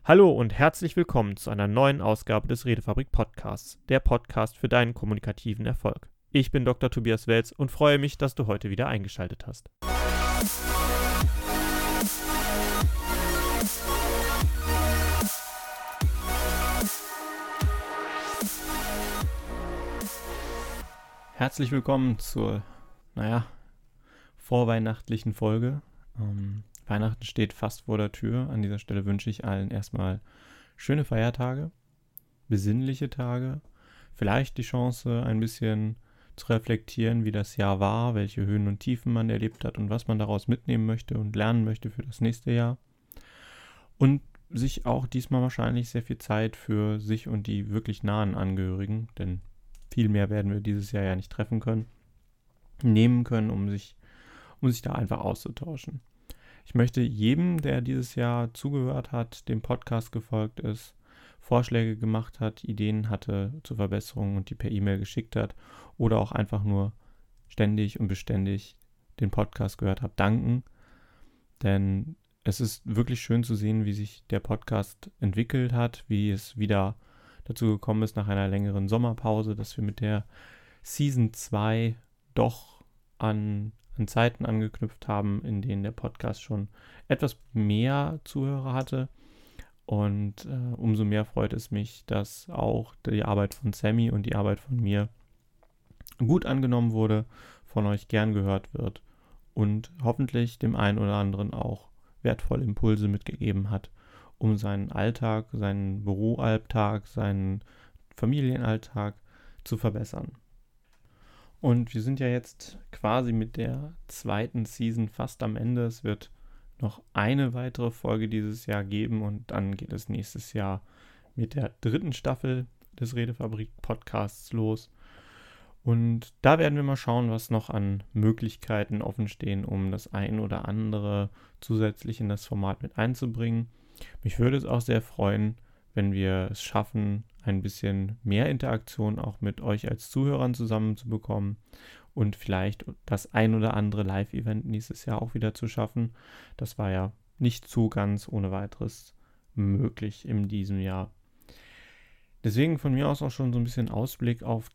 Hallo und herzlich willkommen zu einer neuen Ausgabe des Redefabrik Podcasts, der Podcast für deinen kommunikativen Erfolg. Ich bin Dr. Tobias Welz und freue mich, dass du heute wieder eingeschaltet hast. Herzlich willkommen zur, vorweihnachtlichen Folge. Weihnachten steht fast vor der Tür. An dieser Stelle wünsche ich allen erstmal schöne Feiertage, besinnliche Tage, vielleicht die Chance, ein bisschen zu reflektieren, wie das Jahr war, welche Höhen und Tiefen man erlebt hat und was man daraus mitnehmen möchte und lernen möchte für das nächste Jahr. Und sich auch diesmal wahrscheinlich sehr viel Zeit für sich und die wirklich nahen Angehörigen, denn viel mehr werden wir dieses Jahr ja nicht treffen können, nehmen können, um sich da einfach auszutauschen. Ich möchte jedem, der dieses Jahr zugehört hat, dem Podcast gefolgt ist, Vorschläge gemacht hat, Ideen hatte zur Verbesserung und die per E-Mail geschickt hat oder auch einfach nur ständig und beständig den Podcast gehört hat, danken. Denn es ist wirklich schön zu sehen, wie sich der Podcast entwickelt hat, wie es wieder dazu gekommen ist nach einer längeren Sommerpause, dass wir mit der Season 2 doch an Zeiten angeknüpft haben, in denen der Podcast schon etwas mehr Zuhörer hatte. Und umso mehr freut es mich, dass auch die Arbeit von Sammy und die Arbeit von mir gut angenommen wurde, von euch gern gehört wird und hoffentlich dem einen oder anderen auch wertvolle Impulse mitgegeben hat, um seinen Alltag, seinen Büroalltag, seinen Familienalltag zu verbessern. Und wir sind ja jetzt quasi mit der zweiten Season fast am Ende. Es wird noch eine weitere Folge dieses Jahr geben und dann geht es nächstes Jahr mit der dritten Staffel des Redefabrik Podcasts los. Und da werden wir mal schauen, was noch an Möglichkeiten offen stehen, um das ein oder andere zusätzlich in das Format mit einzubringen. Mich würde es auch sehr freuen, wenn wir es schaffen, ein bisschen mehr Interaktion auch mit euch als Zuhörern zusammenzubekommen und vielleicht das ein oder andere Live-Event nächstes Jahr auch wieder zu schaffen. Das war ja nicht so ganz ohne weiteres möglich in diesem Jahr. Deswegen von mir aus auch schon so ein bisschen Ausblick auf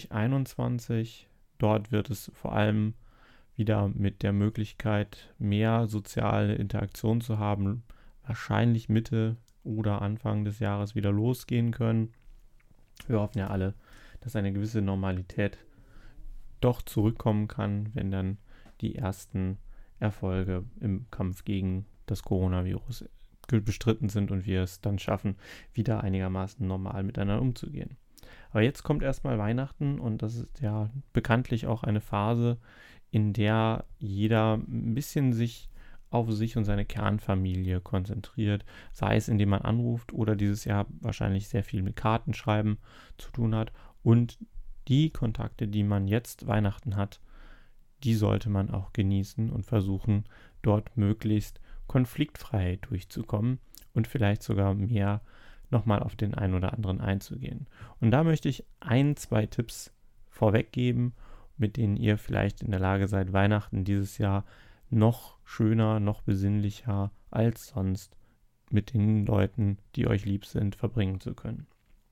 2021. Dort wird es vor allem wieder mit der Möglichkeit, mehr soziale Interaktion zu haben, wahrscheinlich Mitte oder Anfang des Jahres wieder losgehen können. Wir hoffen ja alle, dass eine gewisse Normalität doch zurückkommen kann, wenn dann die ersten Erfolge im Kampf gegen das Coronavirus bestritten sind und wir es dann schaffen, wieder einigermaßen normal miteinander umzugehen. Aber jetzt kommt erstmal Weihnachten und das ist ja bekanntlich auch eine Phase, in der jeder ein bisschen sich auf sich und seine Kernfamilie konzentriert, sei es indem man anruft oder dieses Jahr wahrscheinlich sehr viel mit Kartenschreiben zu tun hat. Und die Kontakte, die man jetzt Weihnachten hat, die sollte man auch genießen und versuchen, dort möglichst konfliktfrei durchzukommen und vielleicht sogar mehr nochmal auf den einen oder anderen einzugehen. Und da möchte ich 2 Tipps vorweggeben, mit denen ihr vielleicht in der Lage seid, Weihnachten dieses Jahr noch schöner, noch besinnlicher als sonst mit den Leuten, die euch lieb sind, verbringen zu können.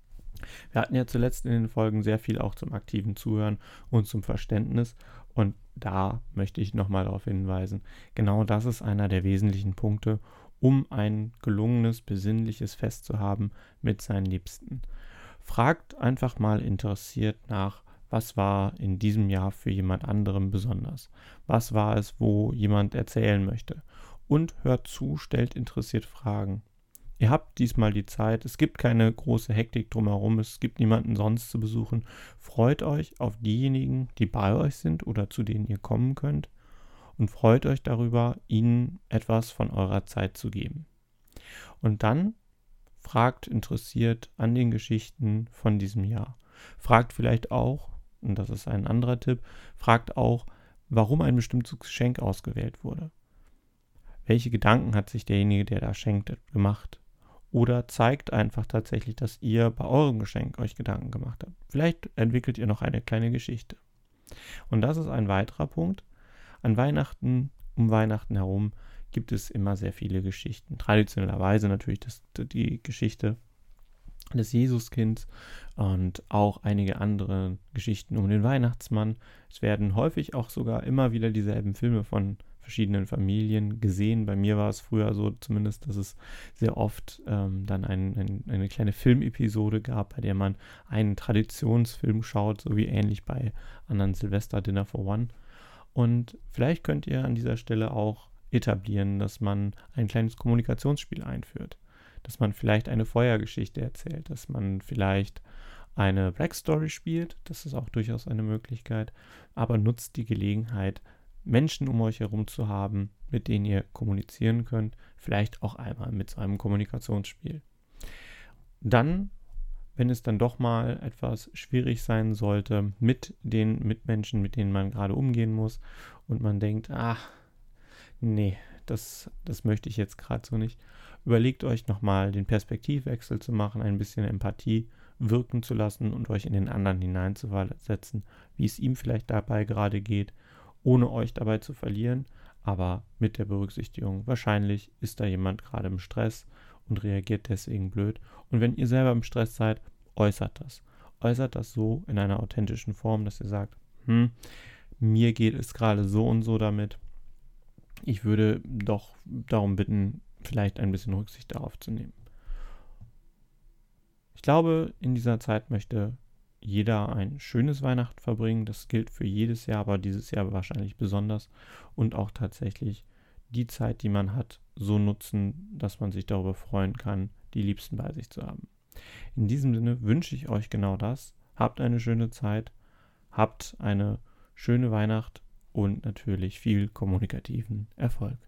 Wir hatten ja zuletzt in den Folgen sehr viel auch zum aktiven Zuhören und zum Verständnis und da möchte ich nochmal darauf hinweisen, genau das ist einer der wesentlichen Punkte, um ein gelungenes, besinnliches Fest zu haben mit seinen Liebsten. Fragt einfach mal interessiert nach, was war in diesem Jahr für jemand anderem besonders? Was war es, wo jemand erzählen möchte? Und hört zu, stellt interessiert Fragen. Ihr habt diesmal die Zeit, es gibt keine große Hektik drumherum, es gibt niemanden sonst zu besuchen. Freut euch auf diejenigen, die bei euch sind oder zu denen ihr kommen könnt und freut euch darüber, ihnen etwas von eurer Zeit zu geben. Und dann fragt interessiert an den Geschichten von diesem Jahr. Fragt vielleicht auch, und das ist ein anderer Tipp, fragt auch, warum ein bestimmtes Geschenk ausgewählt wurde. Welche Gedanken hat sich derjenige, der da schenkt, gemacht? Oder zeigt einfach tatsächlich, dass ihr bei eurem Geschenk euch Gedanken gemacht habt. Vielleicht entwickelt ihr noch eine kleine Geschichte. Und das ist ein weiterer Punkt. An Weihnachten, um Weihnachten herum, gibt es immer sehr viele Geschichten. Traditionellerweise natürlich die Geschichte des Jesuskinds und auch einige andere Geschichten um den Weihnachtsmann. Es werden häufig auch sogar immer wieder dieselben Filme von verschiedenen Familien gesehen. Bei mir war es früher so zumindest, dass es sehr oft dann eine kleine Filmepisode gab, bei der man einen Traditionsfilm schaut, so wie ähnlich bei anderen Silvester Dinner for One. Und vielleicht könnt ihr an dieser Stelle auch etablieren, dass man ein kleines Kommunikationsspiel einführt, dass man vielleicht eine Feuergeschichte erzählt, dass man vielleicht eine Black Story spielt, das ist auch durchaus eine Möglichkeit, aber nutzt die Gelegenheit, Menschen um euch herum zu haben, mit denen ihr kommunizieren könnt, vielleicht auch einmal mit so einem Kommunikationsspiel. Dann, wenn es dann doch mal etwas schwierig sein sollte mit den Mitmenschen, mit denen man gerade umgehen muss und man denkt, nee, das möchte ich jetzt gerade so nicht. Überlegt euch nochmal, den Perspektivwechsel zu machen, ein bisschen Empathie wirken zu lassen und euch in den anderen hineinzuversetzen, wie es ihm vielleicht dabei gerade geht, ohne euch dabei zu verlieren, aber mit der Berücksichtigung, wahrscheinlich ist da jemand gerade im Stress und reagiert deswegen blöd. Und wenn ihr selber im Stress seid, äußert das. Äußert das so in einer authentischen Form, dass ihr sagt, mir geht es gerade so und so damit. Ich würde doch darum bitten, vielleicht ein bisschen Rücksicht darauf zu nehmen. Ich glaube, in dieser Zeit möchte jeder ein schönes Weihnachten verbringen. Das gilt für jedes Jahr, aber dieses Jahr wahrscheinlich besonders. Und auch tatsächlich die Zeit, die man hat, so nutzen, dass man sich darüber freuen kann, die Liebsten bei sich zu haben. In diesem Sinne wünsche ich euch genau das. Habt eine schöne Zeit, habt eine schöne Weihnacht und natürlich viel kommunikativen Erfolg.